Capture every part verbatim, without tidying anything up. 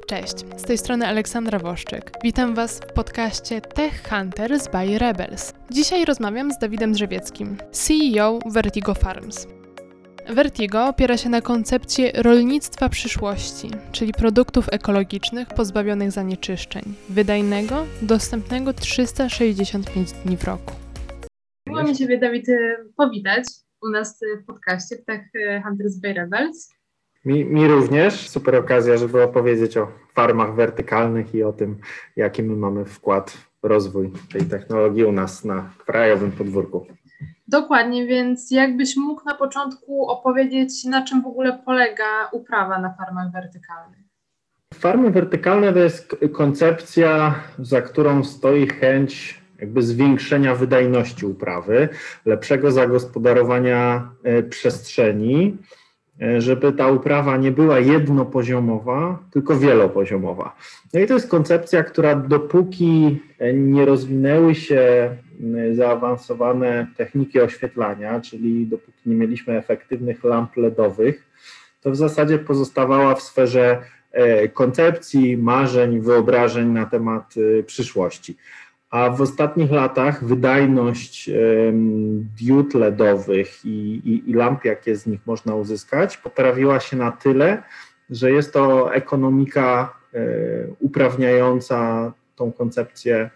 Cześć, z tej strony Aleksandra Woszczyk. Witam Was w podcaście Tech Hunters by Rebels. Dzisiaj rozmawiam z Dawidem Drzewieckim, C E O Vertigo Farms. Vertigo opiera się na koncepcji rolnictwa przyszłości, czyli produktów ekologicznych pozbawionych zanieczyszczeń, wydajnego, dostępnego trzysta sześćdziesiąt pięć dni w roku. Miło mi Ciebie, Dawid, powitać u nas w podcaście Tech Hunters by Rebels. Mi, mi również. Super okazja, żeby opowiedzieć o farmach wertykalnych i o tym, jaki my mamy wkład w rozwój tej technologii u nas na krajowym podwórku. Dokładnie, więc jakbyś mógł na początku opowiedzieć, na czym w ogóle polega uprawa na farmach wertykalnych? Farmy wertykalne to jest koncepcja, za którą stoi chęć jakby zwiększenia wydajności uprawy, lepszego zagospodarowania przestrzeni, żeby ta uprawa nie była jednopoziomowa, tylko wielopoziomowa. No i to jest koncepcja, która dopóki nie rozwinęły się zaawansowane techniki oświetlania, czyli dopóki nie mieliśmy efektywnych lamp ledowych, to w zasadzie pozostawała w sferze koncepcji, marzeń, wyobrażeń na temat przyszłości. A w ostatnich latach wydajność diod ledowych i, i, i lamp, jakie z nich można uzyskać, poprawiła się na tyle, że jest to ekonomika uprawniająca tą koncepcję,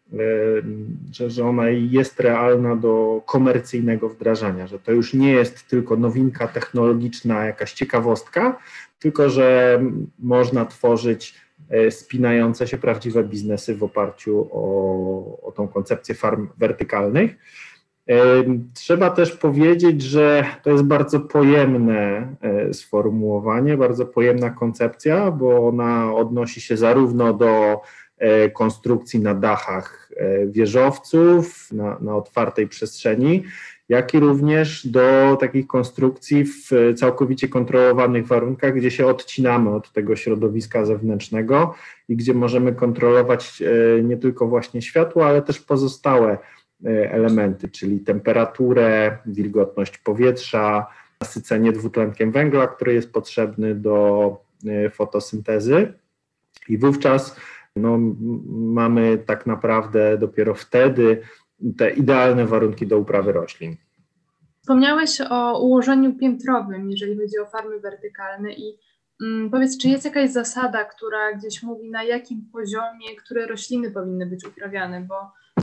że, że ona jest realna do komercyjnego wdrażania, że to już nie jest tylko nowinka technologiczna, jakaś ciekawostka, tylko że można tworzyć spinające się prawdziwe biznesy w oparciu o, o tą koncepcję farm wertykalnych. Trzeba też powiedzieć, że to jest bardzo pojemne sformułowanie, bardzo pojemna koncepcja, bo ona odnosi się zarówno do konstrukcji na dachach wieżowców, na, na otwartej przestrzeni, jak i również do takich konstrukcji w całkowicie kontrolowanych warunkach, gdzie się odcinamy od tego środowiska zewnętrznego i gdzie możemy kontrolować nie tylko właśnie światło, ale też pozostałe elementy, czyli temperaturę, wilgotność powietrza, nasycenie dwutlenkiem węgla, który jest potrzebny do fotosyntezy i wówczas no, mamy tak naprawdę dopiero wtedy te idealne warunki do uprawy roślin. Wspomniałeś o ułożeniu piętrowym, jeżeli chodzi o farmy wertykalne i mm, powiedz, czy jest jakaś zasada, która gdzieś mówi, na jakim poziomie które rośliny powinny być uprawiane, bo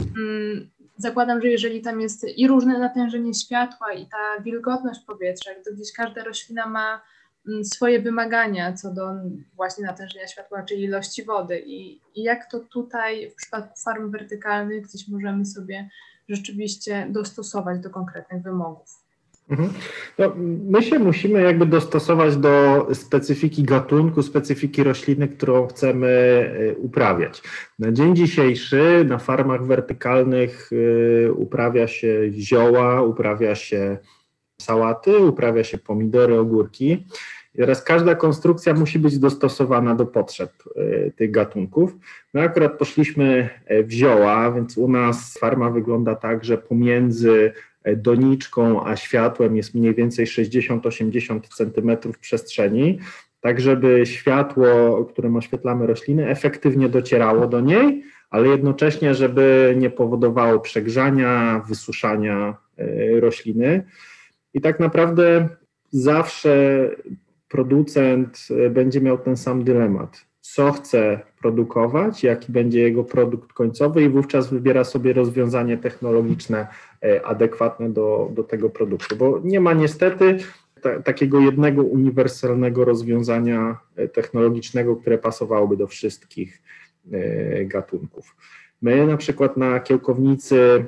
mm, zakładam, że jeżeli tam jest i różne natężenie światła i ta wilgotność powietrza, to gdzieś każda roślina ma mm, swoje wymagania co do właśnie natężenia światła, czy ilości wody i, i jak to tutaj w przypadku farm wertykalnych gdzieś możemy sobie rzeczywiście dostosować do konkretnych wymogów. Mhm. No, my się musimy jakby dostosować do specyfiki gatunku, specyfiki rośliny, którą chcemy uprawiać. Na dzień dzisiejszy na farmach wertykalnych uprawia się zioła, uprawia się sałaty, uprawia się pomidory, ogórki. I teraz każda konstrukcja musi być dostosowana do potrzeb y, tych gatunków. My akurat poszliśmy w zioła, więc u nas farma wygląda tak, że pomiędzy doniczką a światłem jest mniej więcej sześćdziesiąt do osiemdziesięciu centymetrów przestrzeni, tak żeby światło, którym oświetlamy rośliny, efektywnie docierało do niej, ale jednocześnie, żeby nie powodowało przegrzania, wysuszania y, rośliny. I tak naprawdę zawsze producent będzie miał ten sam dylemat, co chce produkować, jaki będzie jego produkt końcowy i wówczas wybiera sobie rozwiązanie technologiczne adekwatne do, do tego produktu, bo nie ma niestety ta, takiego jednego uniwersalnego rozwiązania technologicznego, które pasowałoby do wszystkich gatunków. My na przykład na kiełkownicy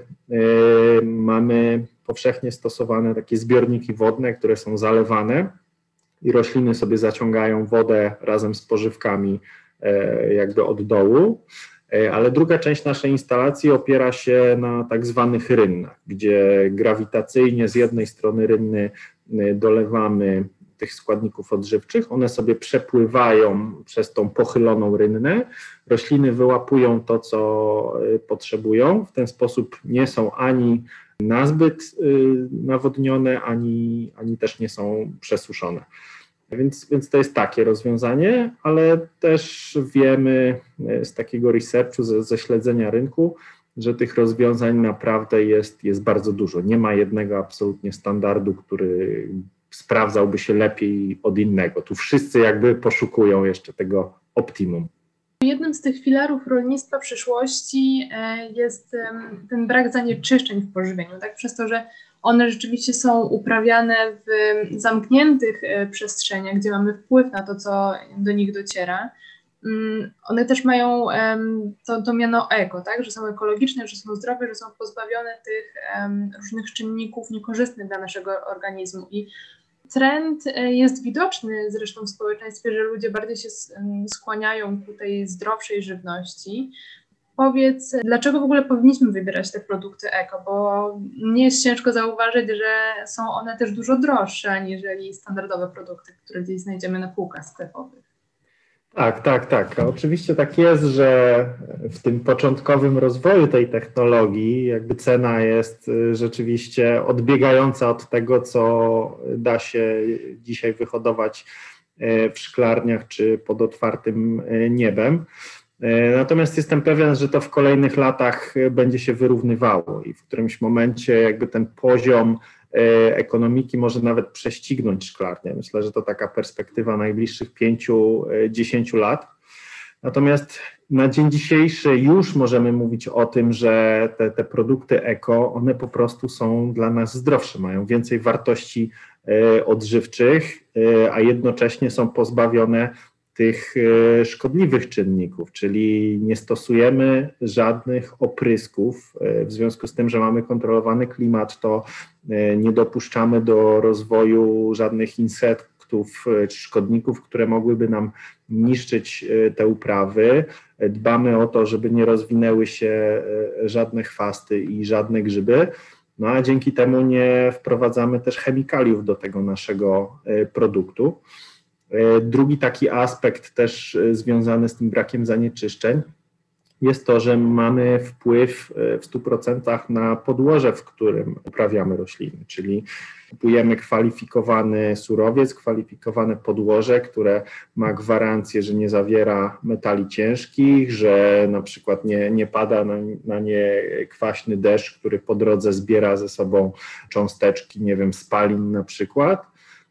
mamy powszechnie stosowane takie zbiorniki wodne, które są zalewane i rośliny sobie zaciągają wodę razem z pożywkami jakby od dołu, ale druga część naszej instalacji opiera się na tak zwanych rynnach, gdzie grawitacyjnie z jednej strony rynny dolewamy tych składników odżywczych, one sobie przepływają przez tą pochyloną rynnę, rośliny wyłapują to, co potrzebują, w ten sposób nie są ani nazbyt nawodnione, ani, ani też nie są przesuszone. Więc, więc to jest takie rozwiązanie, ale też wiemy z takiego researchu, ze, ze śledzenia rynku, że tych rozwiązań naprawdę jest, jest bardzo dużo. Nie ma jednego absolutnie standardu, który sprawdzałby się lepiej od innego. Tu wszyscy jakby poszukują jeszcze tego optimum. Jednym z tych filarów rolnictwa przyszłości jest ten brak zanieczyszczeń w pożywieniu, tak? Przez to, że one rzeczywiście są uprawiane w zamkniętych przestrzeniach, gdzie mamy wpływ na to, co do nich dociera. One też mają to, to miano eko, tak? Że są ekologiczne, że są zdrowe, że są pozbawione tych różnych czynników niekorzystnych dla naszego organizmu. I trend jest widoczny zresztą w społeczeństwie, że ludzie bardziej się skłaniają ku tej zdrowszej żywności. Powiedz, dlaczego w ogóle powinniśmy wybierać te produkty eko, bo nie jest ciężko zauważyć, że są one też dużo droższe aniżeli standardowe produkty, które gdzieś znajdziemy na półkach sklepowych. Tak, tak, tak. A oczywiście tak jest, że w tym początkowym rozwoju tej technologii jakby cena jest rzeczywiście odbiegająca od tego, co da się dzisiaj wyhodować w szklarniach czy pod otwartym niebem. Natomiast jestem pewien, że to w kolejnych latach będzie się wyrównywało i w którymś momencie jakby ten poziom ekonomiki może nawet prześcignąć szklarnię. Myślę, że to taka perspektywa najbliższych pięciu, dziesięciu lat. Natomiast na dzień dzisiejszy już możemy mówić o tym, że te, te produkty eko, one po prostu są dla nas zdrowsze, mają więcej wartości odżywczych, a jednocześnie są pozbawione tych szkodliwych czynników, czyli nie stosujemy żadnych oprysków. W związku z tym, że mamy kontrolowany klimat, to nie dopuszczamy do rozwoju żadnych insektów czy szkodników, które mogłyby nam niszczyć te uprawy. Dbamy o to, żeby nie rozwinęły się żadne chwasty i żadne grzyby. No a dzięki temu nie wprowadzamy też chemikaliów do tego naszego produktu. Drugi taki aspekt też związany z tym brakiem zanieczyszczeń jest to, że mamy wpływ w stu procentach na podłoże, w którym uprawiamy rośliny, czyli kupujemy kwalifikowany surowiec, kwalifikowane podłoże, które ma gwarancję, że nie zawiera metali ciężkich, że na przykład nie, nie pada na, na nie kwaśny deszcz, który po drodze zbiera ze sobą cząsteczki, nie wiem, spalin na przykład,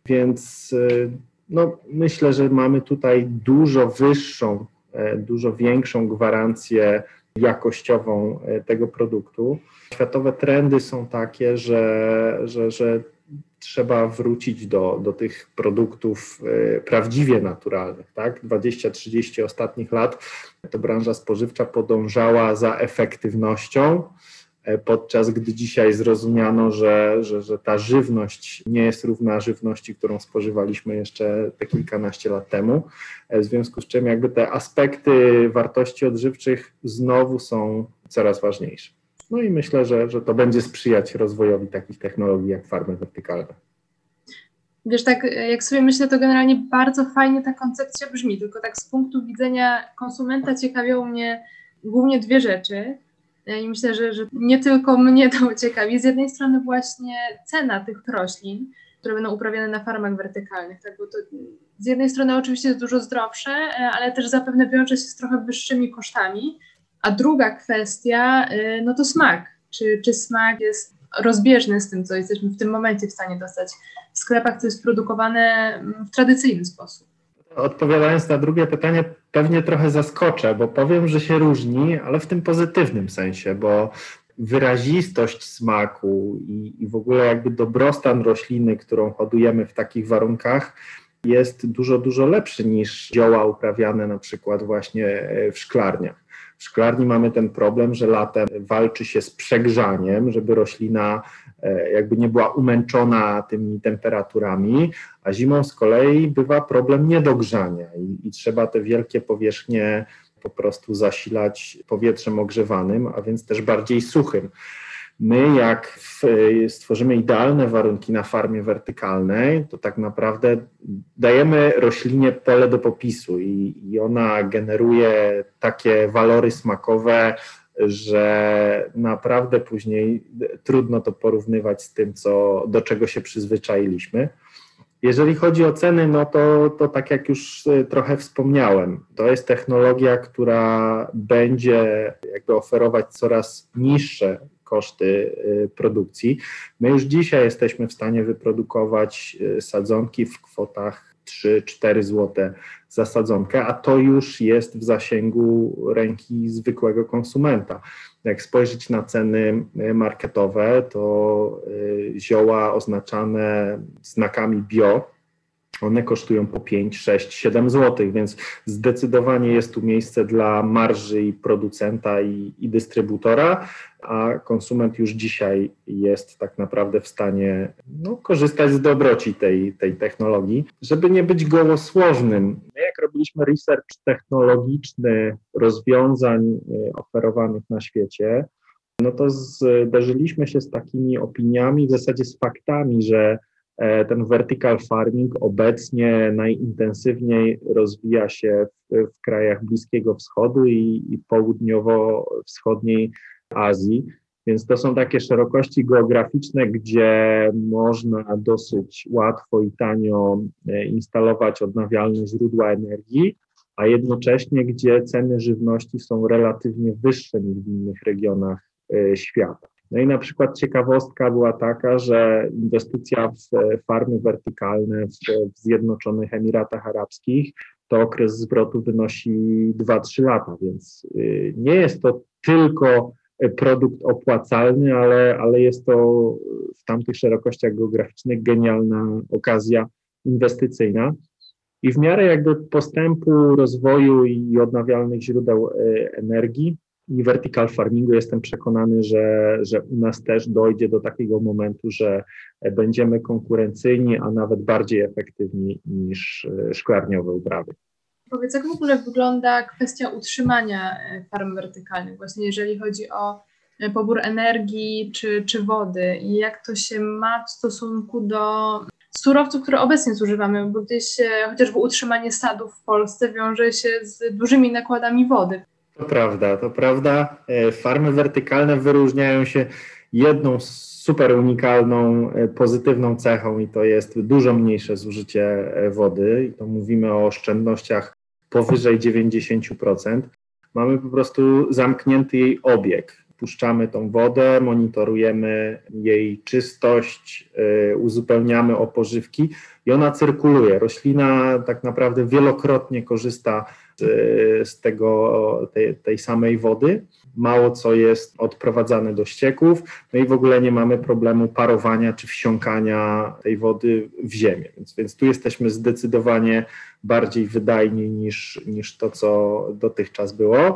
więc no, myślę, że mamy tutaj dużo wyższą, dużo większą gwarancję jakościową tego produktu. Światowe trendy są takie, że, że, że trzeba wrócić do, do tych produktów prawdziwie naturalnych. Tak? dwadzieścia trzydzieści ostatnich lat to branża spożywcza podążała za efektywnością, podczas gdy dzisiaj zrozumiano, że, że, że ta żywność nie jest równa żywności, którą spożywaliśmy jeszcze te kilkanaście lat temu, w związku z czym jakby te aspekty wartości odżywczych znowu są coraz ważniejsze. No i myślę, że, że to będzie sprzyjać rozwojowi takich technologii jak farmy wertykalne. Wiesz, tak jak sobie myślę, to generalnie bardzo fajnie ta koncepcja brzmi, tylko tak z punktu widzenia konsumenta ciekawią mnie głównie dwie rzeczy. I myślę, że, że nie tylko mnie to ciekawi. Z jednej strony właśnie cena tych roślin, które będą uprawiane na farmach wertykalnych, tak? Bo to z jednej strony oczywiście jest dużo zdrowsze, ale też zapewne wiąże się z trochę wyższymi kosztami. A druga kwestia, no to smak. Czy, czy smak jest rozbieżny z tym, co jesteśmy w tym momencie w stanie dostać w sklepach, co jest produkowane w tradycyjny sposób? Odpowiadając na drugie pytanie, pewnie trochę zaskoczę, bo powiem, że się różni, ale w tym pozytywnym sensie, bo wyrazistość smaku i, i w ogóle jakby dobrostan rośliny, którą hodujemy w takich warunkach, jest dużo, dużo lepszy niż zioła uprawiane na przykład właśnie w szklarniach. W szklarni mamy ten problem, że latem walczy się z przegrzaniem, żeby roślina jakby nie była umęczona tymi temperaturami, a zimą z kolei bywa problem niedogrzania i, i trzeba te wielkie powierzchnie po prostu zasilać powietrzem ogrzewanym, a więc też bardziej suchym. My jak w, stworzymy idealne warunki na farmie wertykalnej, to tak naprawdę dajemy roślinie pole do popisu i, i ona generuje takie walory smakowe, że naprawdę później trudno to porównywać z tym, co, do czego się przyzwyczailiśmy. Jeżeli chodzi o ceny, no to, to tak jak już trochę wspomniałem, to jest technologia, która będzie jakby oferować coraz niższe koszty produkcji. My już dzisiaj jesteśmy w stanie wyprodukować sadzonki w kwotach trzy cztery złote za sadzonkę, a to już jest w zasięgu ręki zwykłego konsumenta. Jak spojrzeć na ceny marketowe, to zioła oznaczane znakami bio, one kosztują po pięć, sześć, siedem złotych, więc zdecydowanie jest tu miejsce dla marży i producenta i, i dystrybutora, a konsument już dzisiaj jest tak naprawdę w stanie no, korzystać z dobroci tej, tej technologii. Żeby nie być gołosłownym, my jak robiliśmy research technologiczny rozwiązań oferowanych na świecie, no to zderzyliśmy się z takimi opiniami, w zasadzie z faktami, że ten vertical farming obecnie najintensywniej rozwija się w, w krajach Bliskiego Wschodu i, i południowo-wschodniej Azji, więc to są takie szerokości geograficzne, gdzie można dosyć łatwo i tanio instalować odnawialne źródła energii, a jednocześnie gdzie ceny żywności są relatywnie wyższe niż w innych regionach świata. No i na przykład ciekawostka była taka, że inwestycja w farmy wertykalne w, w Zjednoczonych Emiratach Arabskich to okres zwrotu wynosi dwa trzy lata, więc nie jest to tylko produkt opłacalny, ale, ale jest to w tamtych szerokościach geograficznych genialna okazja inwestycyjna. I w miarę jakby postępu rozwoju i odnawialnych źródeł energii i vertical farmingu jestem przekonany, że, że u nas też dojdzie do takiego momentu, że będziemy konkurencyjni, a nawet bardziej efektywni niż szklarniowe uprawy. Powiedz, jak w ogóle wygląda kwestia utrzymania farm wertykalnych, właśnie jeżeli chodzi o pobór energii czy, czy wody i jak to się ma w stosunku do surowców, które obecnie zużywamy, bo gdzieś chociażby utrzymanie sadów w Polsce wiąże się z dużymi nakładami wody. To prawda, to prawda. Farmy wertykalne wyróżniają się jedną super unikalną, pozytywną cechą i to jest dużo mniejsze zużycie wody. I to mówimy o oszczędnościach powyżej dziewięćdziesiąt procent. Mamy po prostu zamknięty jej obieg. Puszczamy tą wodę, monitorujemy jej czystość, uzupełniamy o pożywki i ona cyrkuluje. Roślina tak naprawdę wielokrotnie korzysta z, z tego, tej, tej samej wody. Mało co jest odprowadzane do ścieków, no i w ogóle nie mamy problemu parowania czy wsiąkania tej wody w ziemię. Więc, więc tu jesteśmy zdecydowanie bardziej wydajni niż, niż to, co dotychczas było.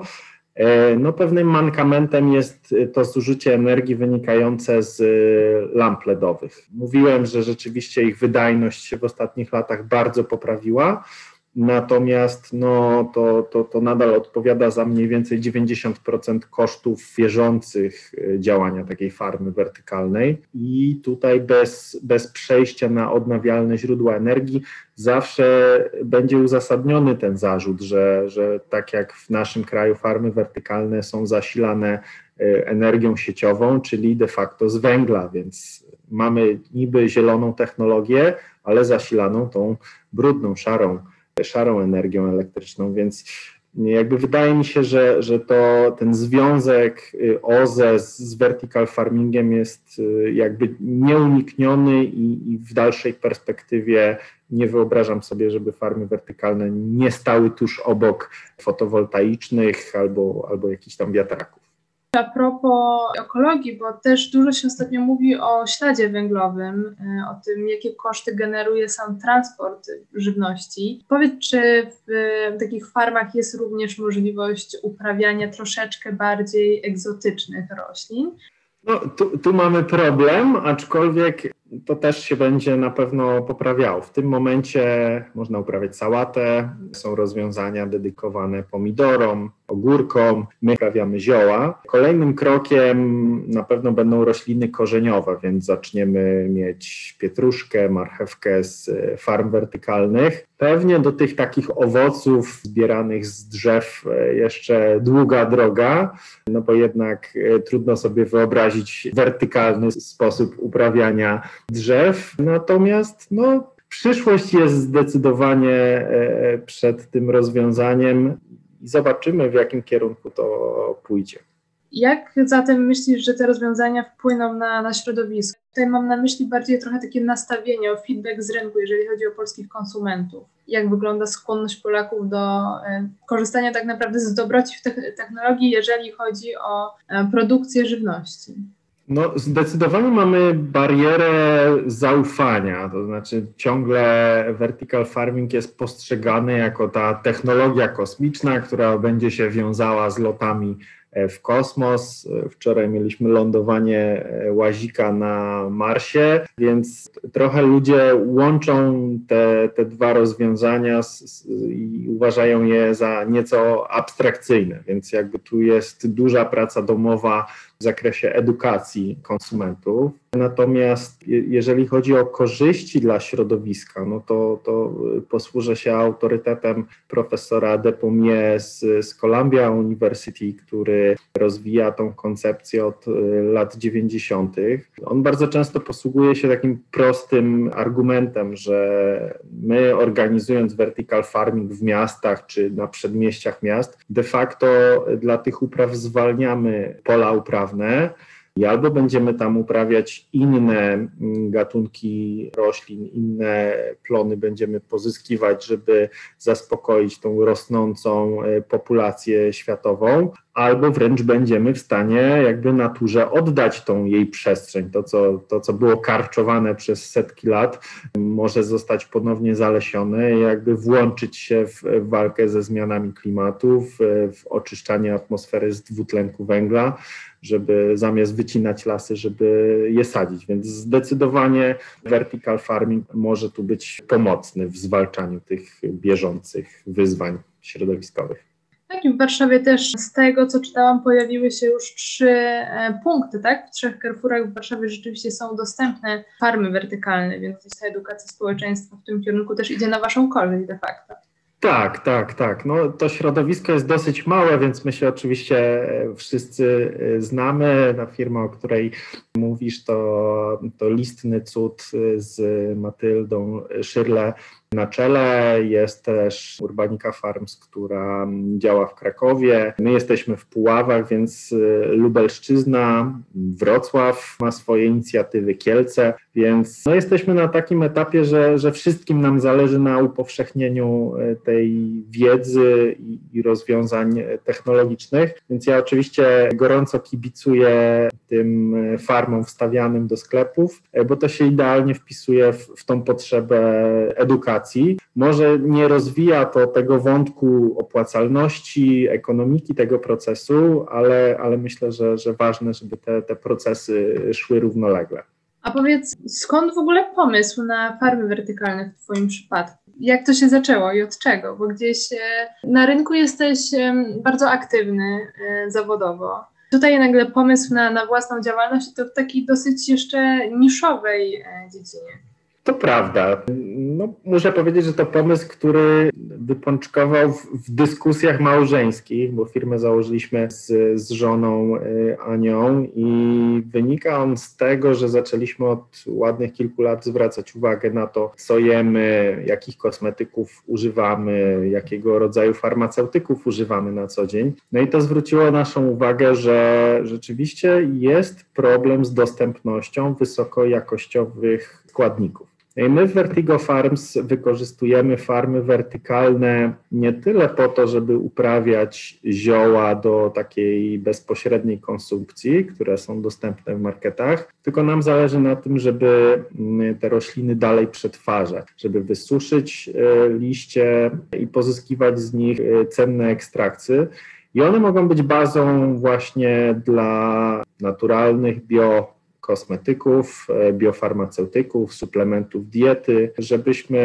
No pewnym mankamentem jest to zużycie energii wynikające z lamp ledowych. Mówiłem, że rzeczywiście ich wydajność się w ostatnich latach bardzo poprawiła, natomiast no, to, to, to nadal odpowiada za mniej więcej dziewięćdziesiąt procent kosztów bieżących działania takiej farmy wertykalnej i tutaj bez, bez przejścia na odnawialne źródła energii zawsze będzie uzasadniony ten zarzut, że, że tak jak w naszym kraju farmy wertykalne są zasilane energią sieciową, czyli de facto z węgla, więc mamy niby zieloną technologię, ale zasilaną tą brudną, szarą szarą energią elektryczną, więc jakby wydaje mi się, że, że to ten związek O Z E z, z vertical farmingiem jest jakby nieunikniony i, i w dalszej perspektywie nie wyobrażam sobie, żeby farmy wertykalne nie stały tuż obok fotowoltaicznych albo, albo jakichś tam wiatraków. A propos ekologii, bo też dużo się ostatnio mówi o śladzie węglowym, o tym, jakie koszty generuje sam transport żywności. Powiedz, czy w takich farmach jest również możliwość uprawiania troszeczkę bardziej egzotycznych roślin? No, tu, tu mamy problem, aczkolwiek to też się będzie na pewno poprawiało. W tym momencie można uprawiać sałatę, są rozwiązania dedykowane pomidorom, ogórkom, my uprawiamy zioła. Kolejnym krokiem na pewno będą rośliny korzeniowe, więc zaczniemy mieć pietruszkę, marchewkę z farm wertykalnych. Pewnie do tych takich owoców zbieranych z drzew jeszcze długa droga, no bo jednak trudno sobie wyobrazić wertykalny sposób uprawiania drzew. Natomiast no, Przyszłość jest zdecydowanie przed tym rozwiązaniem i zobaczymy, w jakim kierunku to pójdzie. Jak zatem myślisz, że te rozwiązania wpłyną na, na środowisko? Tutaj mam na myśli bardziej trochę takie nastawienie, o feedback z rynku, jeżeli chodzi o polskich konsumentów. Jak wygląda skłonność Polaków do e, korzystania tak naprawdę z dobroci w te- technologii, jeżeli chodzi o e, produkcję żywności? No, zdecydowanie mamy barierę zaufania, to znaczy ciągle vertical farming jest postrzegany jako ta technologia kosmiczna, która będzie się wiązała z lotami w kosmos. Wczoraj mieliśmy lądowanie łazika na Marsie, więc trochę ludzie łączą te, te dwa rozwiązania z, z, i uważają je za nieco abstrakcyjne, więc jakby tu jest duża praca domowa w zakresie edukacji konsumentów. Natomiast jeżeli chodzi o korzyści dla środowiska, no to, to posłużę się autorytetem profesora Depommier z, z Columbia University, który rozwija tą koncepcję od lat dziewięćdziesiątych. On bardzo często posługuje się takim prostym argumentem, że my organizując vertical farming w miastach czy na przedmieściach miast, de facto dla tych upraw zwalniamy pola uprawne, i albo będziemy tam uprawiać inne gatunki roślin, inne plony będziemy pozyskiwać, żeby zaspokoić tą rosnącą populację światową, albo wręcz będziemy w stanie jakby naturze oddać tą jej przestrzeń. To, co, to, co było karczowane przez setki lat, może zostać ponownie zalesione i jakby włączyć się w, w walkę ze zmianami klimatu, w, w oczyszczanie atmosfery z dwutlenku węgla, żeby zamiast wycinać lasy, żeby je sadzić. Więc zdecydowanie vertical farming może tu być pomocny w zwalczaniu tych bieżących wyzwań środowiskowych. Tak, i w Warszawie też z tego, co czytałam, pojawiły się już trzy e, punkty, tak? W trzech Carrefourach w Warszawie rzeczywiście są dostępne farmy wertykalne, więc gdzieś ta edukacja społeczeństwa w tym kierunku też idzie na waszą korzyść de facto. Tak, tak, tak. No, to środowisko jest dosyć małe, więc my się oczywiście wszyscy znamy. Ta firma, o której mówisz, to, to Listny Cud z Matyldą Szyrle na czele. Jest też Urbanika Farms, która działa w Krakowie. My jesteśmy w Puławach, więc Lubelszczyzna, Wrocław ma swoje inicjatywy, Kielce, więc no jesteśmy na takim etapie, że, że wszystkim nam zależy na upowszechnieniu tej wiedzy i, i rozwiązań technologicznych, więc ja oczywiście gorąco kibicuję tym farmom wstawianym do sklepów, bo to się idealnie wpisuje w, w tą potrzebę edukacji. Może nie rozwija to tego wątku opłacalności, ekonomiki tego procesu, ale, ale myślę, że, że ważne, żeby te, te procesy szły równolegle. A powiedz, skąd w ogóle pomysł na farmy wertykalne w twoim przypadku? Jak to się zaczęło i od czego? Bo gdzieś na rynku jesteś bardzo aktywny zawodowo. Tutaj nagle pomysł na, na własną działalność to w takiej dosyć jeszcze niszowej dziedzinie. To prawda. No, muszę powiedzieć, że to pomysł, który wypączkował w, w dyskusjach małżeńskich, bo firmę założyliśmy z, z żoną Anią i wynika on z tego, że zaczęliśmy od ładnych kilku lat zwracać uwagę na to, co jemy, jakich kosmetyków używamy, jakiego rodzaju farmaceutyków używamy na co dzień. No i to zwróciło naszą uwagę, że rzeczywiście jest problem z dostępnością wysokojakościowych składników. I my w Vertigo Farms wykorzystujemy farmy wertykalne nie tyle po to, żeby uprawiać zioła do takiej bezpośredniej konsumpcji, które są dostępne w marketach, tylko nam zależy na tym, żeby te rośliny dalej przetwarzać, żeby wysuszyć liście i pozyskiwać z nich cenne ekstrakty. I one mogą być bazą właśnie dla naturalnych bio kosmetyków, biofarmaceutyków, suplementów diety, żebyśmy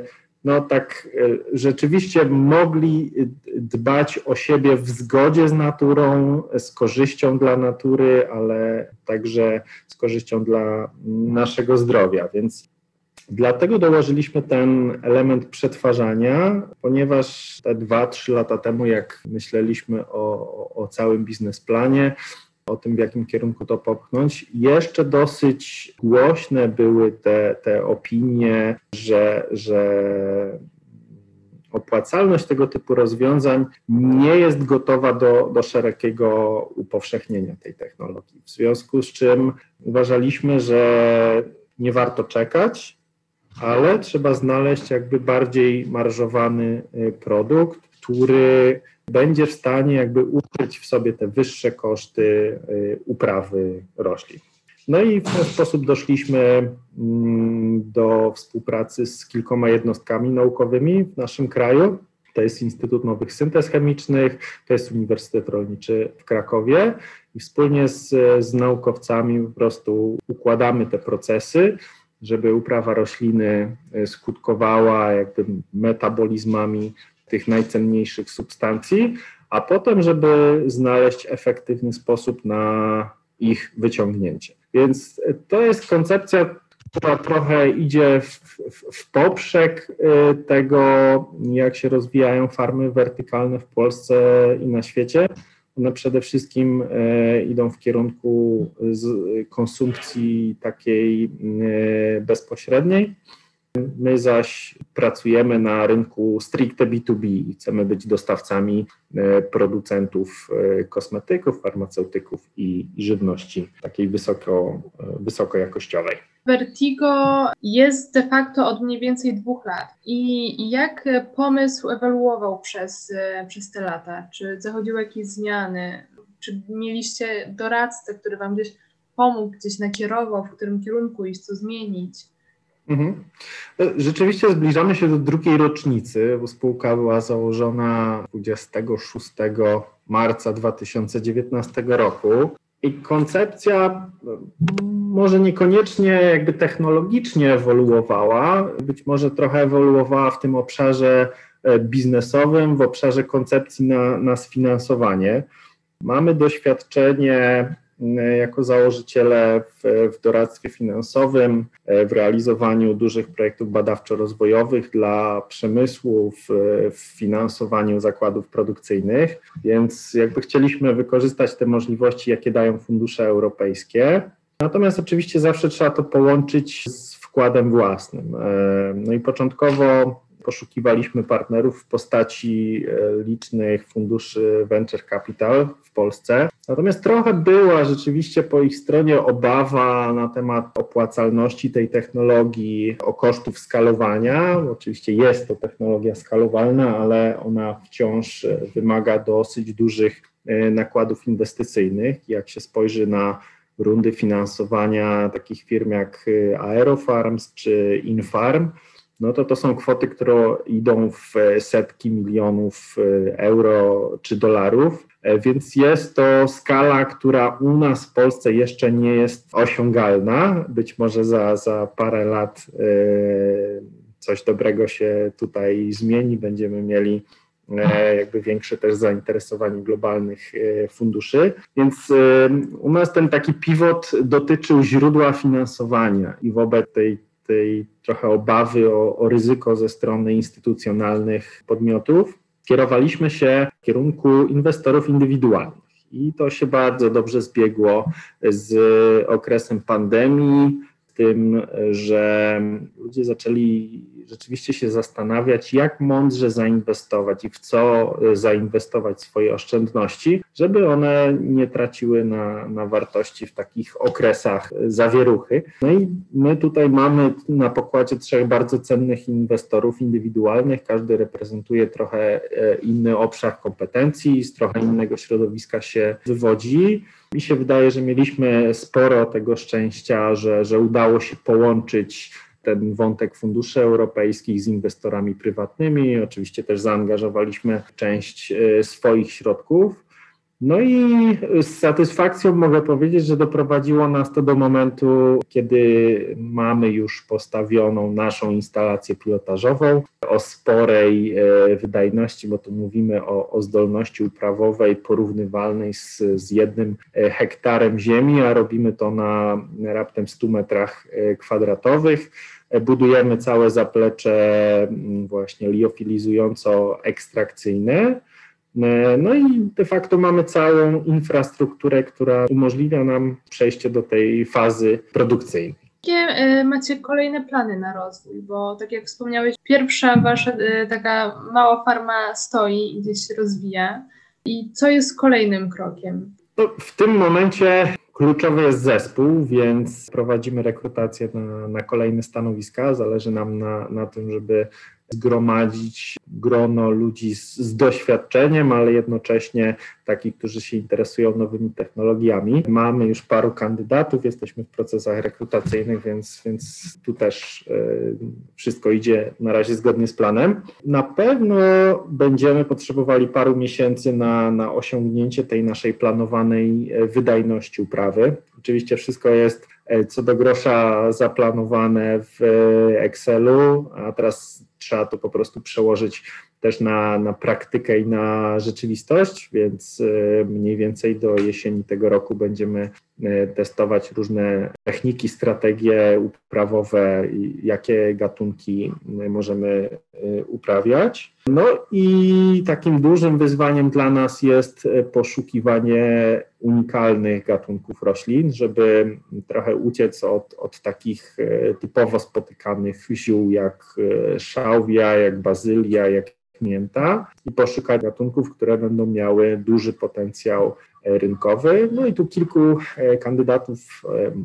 no tak rzeczywiście mogli dbać o siebie w zgodzie z naturą, z korzyścią dla natury, ale także z korzyścią dla naszego zdrowia. Więc dlatego dołożyliśmy ten element przetwarzania, ponieważ te dwa, trzy lata temu, jak myśleliśmy o, o całym biznesplanie, o tym, w jakim kierunku to popchnąć. Jeszcze dosyć głośne były te, te opinie, że, że opłacalność tego typu rozwiązań nie jest gotowa do, do szerokiego upowszechnienia tej technologii. W związku z czym uważaliśmy, że nie warto czekać, ale trzeba znaleźć jakby bardziej marżowany produkt, który będzie w stanie jakby ukryć w sobie te wyższe koszty uprawy roślin. No i w ten sposób doszliśmy do współpracy z kilkoma jednostkami naukowymi w naszym kraju. To jest Instytut Nowych Syntez Chemicznych, to jest Uniwersytet Rolniczy w Krakowie i wspólnie z, z naukowcami po prostu układamy te procesy, żeby uprawa rośliny skutkowała jakby metabolizmami tych najcenniejszych substancji, a potem, żeby znaleźć efektywny sposób na ich wyciągnięcie. Więc to jest koncepcja, która trochę idzie w, w, w poprzek tego, jak się rozwijają farmy wertykalne w Polsce i na świecie. One przede wszystkim idą w kierunku konsumpcji takiej bezpośredniej. My zaś pracujemy na rynku stricte B dwa B i chcemy być dostawcami producentów kosmetyków, farmaceutyków i, i żywności takiej wysoko, wysokojakościowej. Vertigo jest de facto od mniej więcej dwóch lat. I jak pomysł ewoluował przez, przez te lata? Czy zachodziły jakieś zmiany? Czy mieliście doradcę, który wam gdzieś pomógł, gdzieś nakierował, w którym kierunku iść, co zmienić? Mhm. Rzeczywiście zbliżamy się do drugiej rocznicy, bo spółka była założona dwudziestego szóstego marca dwa tysiące dziewiętnastego roku i koncepcja może niekoniecznie jakby technologicznie ewoluowała, być może trochę ewoluowała w tym obszarze biznesowym, w obszarze koncepcji na, na sfinansowanie. Mamy doświadczenie jako założyciele w, w doradztwie finansowym, w realizowaniu dużych projektów badawczo-rozwojowych dla przemysłu, w, w finansowaniu zakładów produkcyjnych, więc jakby chcieliśmy wykorzystać te możliwości, jakie dają fundusze europejskie. Natomiast oczywiście zawsze trzeba to połączyć z wkładem własnym. No i początkowo poszukiwaliśmy partnerów w postaci licznych funduszy venture capital w Polsce. Natomiast trochę była rzeczywiście po ich stronie obawa na temat opłacalności tej technologii, o kosztów skalowania. Oczywiście jest to technologia skalowalna, ale ona wciąż wymaga dosyć dużych nakładów inwestycyjnych. Jak się spojrzy na rundy finansowania takich firm jak Aerofarms czy Infarm, no to to są kwoty, które idą w setki milionów euro czy dolarów, więc jest to skala, która u nas w Polsce jeszcze nie jest osiągalna. Być może za, za parę lat coś dobrego się tutaj zmieni, będziemy mieli jakby większe też zainteresowanie globalnych funduszy, więc u nas ten taki pivot dotyczył źródła finansowania i wobec tej tej trochę obawy o, o ryzyko ze strony instytucjonalnych podmiotów, kierowaliśmy się w kierunku inwestorów indywidualnych. I to się bardzo dobrze zbiegło z okresem pandemii, z tym, że ludzie zaczęli rzeczywiście się zastanawiać, jak mądrze zainwestować i w co zainwestować swoje oszczędności, żeby one nie traciły na, na wartości w takich okresach zawieruchy. No i my tutaj mamy na pokładzie trzech bardzo cennych inwestorów indywidualnych. Każdy reprezentuje trochę inny obszar kompetencji, z trochę innego środowiska się wywodzi. Mi się wydaje, że mieliśmy sporo tego szczęścia, że, że udało się połączyć ten wątek funduszy europejskich z inwestorami prywatnymi. Oczywiście też zaangażowaliśmy część swoich środków. No i z satysfakcją mogę powiedzieć, że doprowadziło nas to do momentu, kiedy mamy już postawioną naszą instalację pilotażową o sporej wydajności, bo tu mówimy o, o zdolności uprawowej porównywalnej z, z jednym hektarem ziemi, a robimy to na raptem stu metrach kwadratowych. Budujemy całe zaplecze właśnie liofilizująco-ekstrakcyjne. No i de facto mamy całą infrastrukturę, która umożliwia nam przejście do tej fazy produkcyjnej. Jakie macie kolejne plany na rozwój? Bo tak jak wspomniałeś, pierwsza wasza taka mała farma stoi i gdzieś się rozwija. I co jest kolejnym krokiem? No, w tym momencie kluczowy jest zespół, więc prowadzimy rekrutację na, na kolejne stanowiska. Zależy nam na, na tym, żeby zgromadzić grono ludzi z, z doświadczeniem, ale jednocześnie takich, którzy się interesują nowymi technologiami. Mamy już paru kandydatów, jesteśmy w procesach rekrutacyjnych, więc, więc tu też y, wszystko idzie na razie zgodnie z planem. Na pewno będziemy potrzebowali paru miesięcy na, na osiągnięcie tej naszej planowanej wydajności uprawy. Oczywiście wszystko jest co do grosza zaplanowane w Excelu, a teraz trzeba to po prostu przełożyć też na, na praktykę i na rzeczywistość, więc mniej więcej do jesieni tego roku będziemy testować różne techniki, strategie uprawowe i jakie gatunki możemy uprawiać. No i takim dużym wyzwaniem dla nas jest poszukiwanie unikalnych gatunków roślin, żeby trochę uciec od, od takich typowo spotykanych ziół jak szałwia, jak bazylia, jak mięta i poszukać gatunków, które będą miały duży potencjał rynkowy. No i tu kilku kandydatów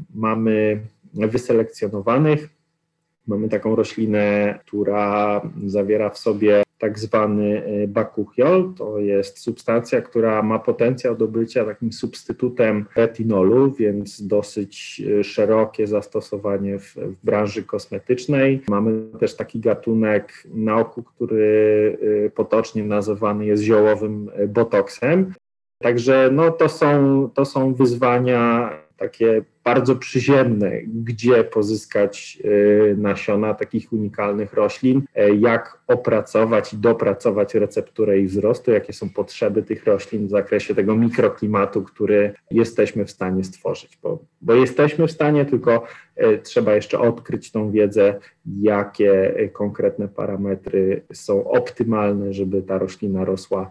mamy wyselekcjonowanych. Mamy taką roślinę, która zawiera w sobie tak zwany bakuchiol. To jest substancja, która ma potencjał do bycia takim substytutem retinolu, więc dosyć szerokie zastosowanie w, w branży kosmetycznej. Mamy też taki gatunek na oku, który potocznie nazywany jest ziołowym botoksem. Także no, to są, to są wyzwania takie bardzo przyziemne, gdzie pozyskać nasiona takich unikalnych roślin, jak opracować i dopracować recepturę ich wzrostu, jakie są potrzeby tych roślin w zakresie tego mikroklimatu, który jesteśmy w stanie stworzyć, bo, bo jesteśmy w stanie, tylko trzeba jeszcze odkryć tą wiedzę, jakie konkretne parametry są optymalne, żeby ta roślina rosła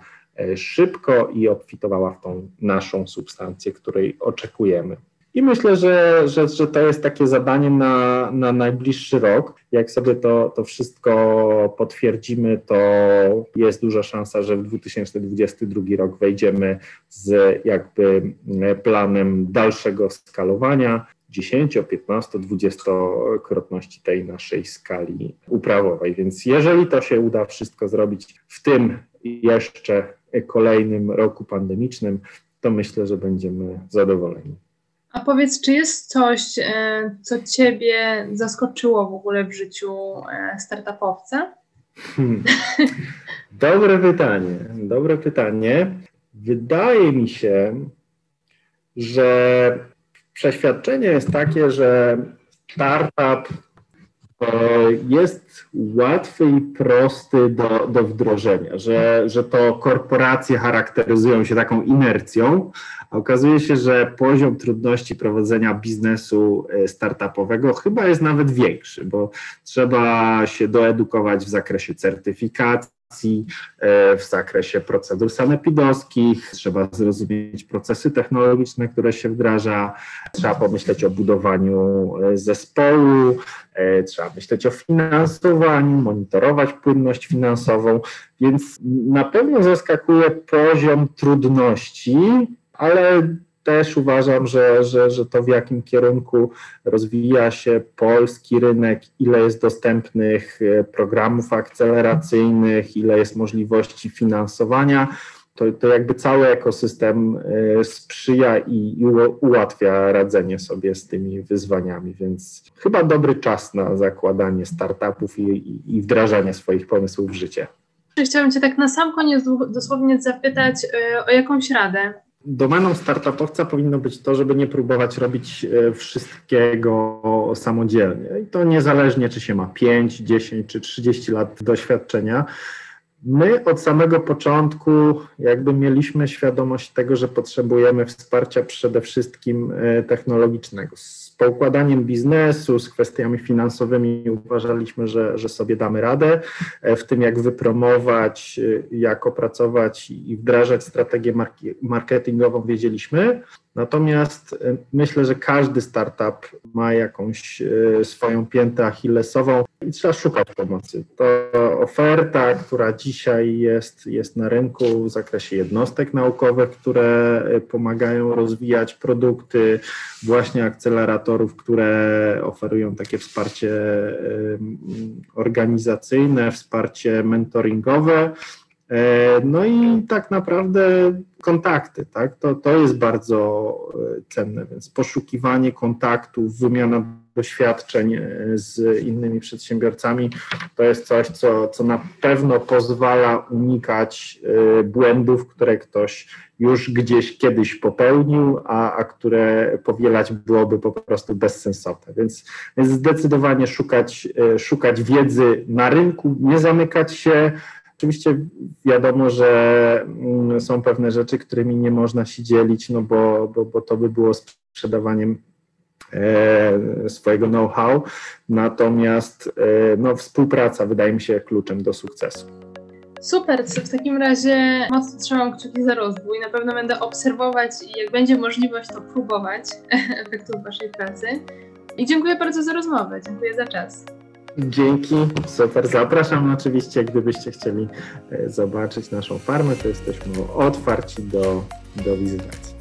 szybko i obfitowała w tą naszą substancję, której oczekujemy. I myślę, że, że, że to jest takie zadanie na, na najbliższy rok. Jak sobie to, to wszystko potwierdzimy, to jest duża szansa, że w dwa tysiące dwudziesty drugi rok wejdziemy z jakby planem dalszego skalowania, dziesięć, piętnaście, dwudziestokrotności tej naszej skali uprawowej. Więc jeżeli to się uda wszystko zrobić w tym jeszcze kolejnym roku pandemicznym, to myślę, że będziemy zadowoleni. A powiedz, czy jest coś, co Ciebie zaskoczyło w ogóle w życiu startupowca? Hmm. Dobre pytanie, dobre pytanie. Wydaje mi się, że przeświadczenie jest takie, że startup jest łatwy i prosty do, do wdrożenia, że, że to korporacje charakteryzują się taką inercją, a okazuje się, że poziom trudności prowadzenia biznesu startupowego chyba jest nawet większy, bo trzeba się doedukować w zakresie certyfikacji, w zakresie procedur sanepidowskich, trzeba zrozumieć procesy technologiczne, które się wdraża, trzeba pomyśleć o budowaniu zespołu, trzeba myśleć o finansowaniu, monitorować płynność finansową, więc na pewno zaskakuje poziom trudności, ale też uważam, że, że, że to w jakim kierunku rozwija się polski rynek, ile jest dostępnych programów akceleracyjnych, ile jest możliwości finansowania, to, to jakby cały ekosystem sprzyja i, i ułatwia radzenie sobie z tymi wyzwaniami, więc chyba dobry czas na zakładanie startupów i, i, i wdrażanie swoich pomysłów w życie. Chciałabym Cię tak na sam koniec dosłownie zapytać o jakąś radę. Domeną startupowca powinno być to, żeby nie próbować robić wszystkiego samodzielnie. I to niezależnie, czy się ma pięć, dziesięć czy trzydzieści lat doświadczenia. My od samego początku jakby mieliśmy świadomość tego, że potrzebujemy wsparcia przede wszystkim technologicznego. poukładaniem biznesu, z kwestiami finansowymi uważaliśmy, że, że sobie damy radę. W tym, jak wypromować, jak opracować i wdrażać strategię marketingową, wiedzieliśmy. Natomiast myślę, że każdy startup ma jakąś swoją piętę achillesową i trzeba szukać pomocy. To oferta, która dzisiaj jest, jest na rynku w zakresie jednostek naukowych, które pomagają rozwijać produkty, właśnie akceleratorów, które oferują takie wsparcie organizacyjne, wsparcie mentoringowe. No i tak naprawdę kontakty, tak? To, to jest bardzo cenne, więc poszukiwanie kontaktów, wymiana doświadczeń z innymi przedsiębiorcami to jest coś, co, co na pewno pozwala unikać błędów, które ktoś już gdzieś kiedyś popełnił, a, a które powielać byłoby po prostu bezsensowne. Więc, więc zdecydowanie szukać, szukać wiedzy na rynku, nie zamykać się. Oczywiście wiadomo, że są pewne rzeczy, którymi nie można się dzielić, no bo, bo, bo to by było sprzedawaniem e, swojego know-how, natomiast e, no, współpraca wydaje mi się kluczem do sukcesu. Super, w takim razie mocno trzymam kciuki za rozwój. Na pewno będę obserwować i jak będzie możliwość, to próbować efektów waszej pracy. I dziękuję bardzo za rozmowę, dziękuję za czas. Dzięki, super. Zapraszam oczywiście, gdybyście chcieli zobaczyć naszą farmę, to jesteśmy otwarci do, do wizytacji.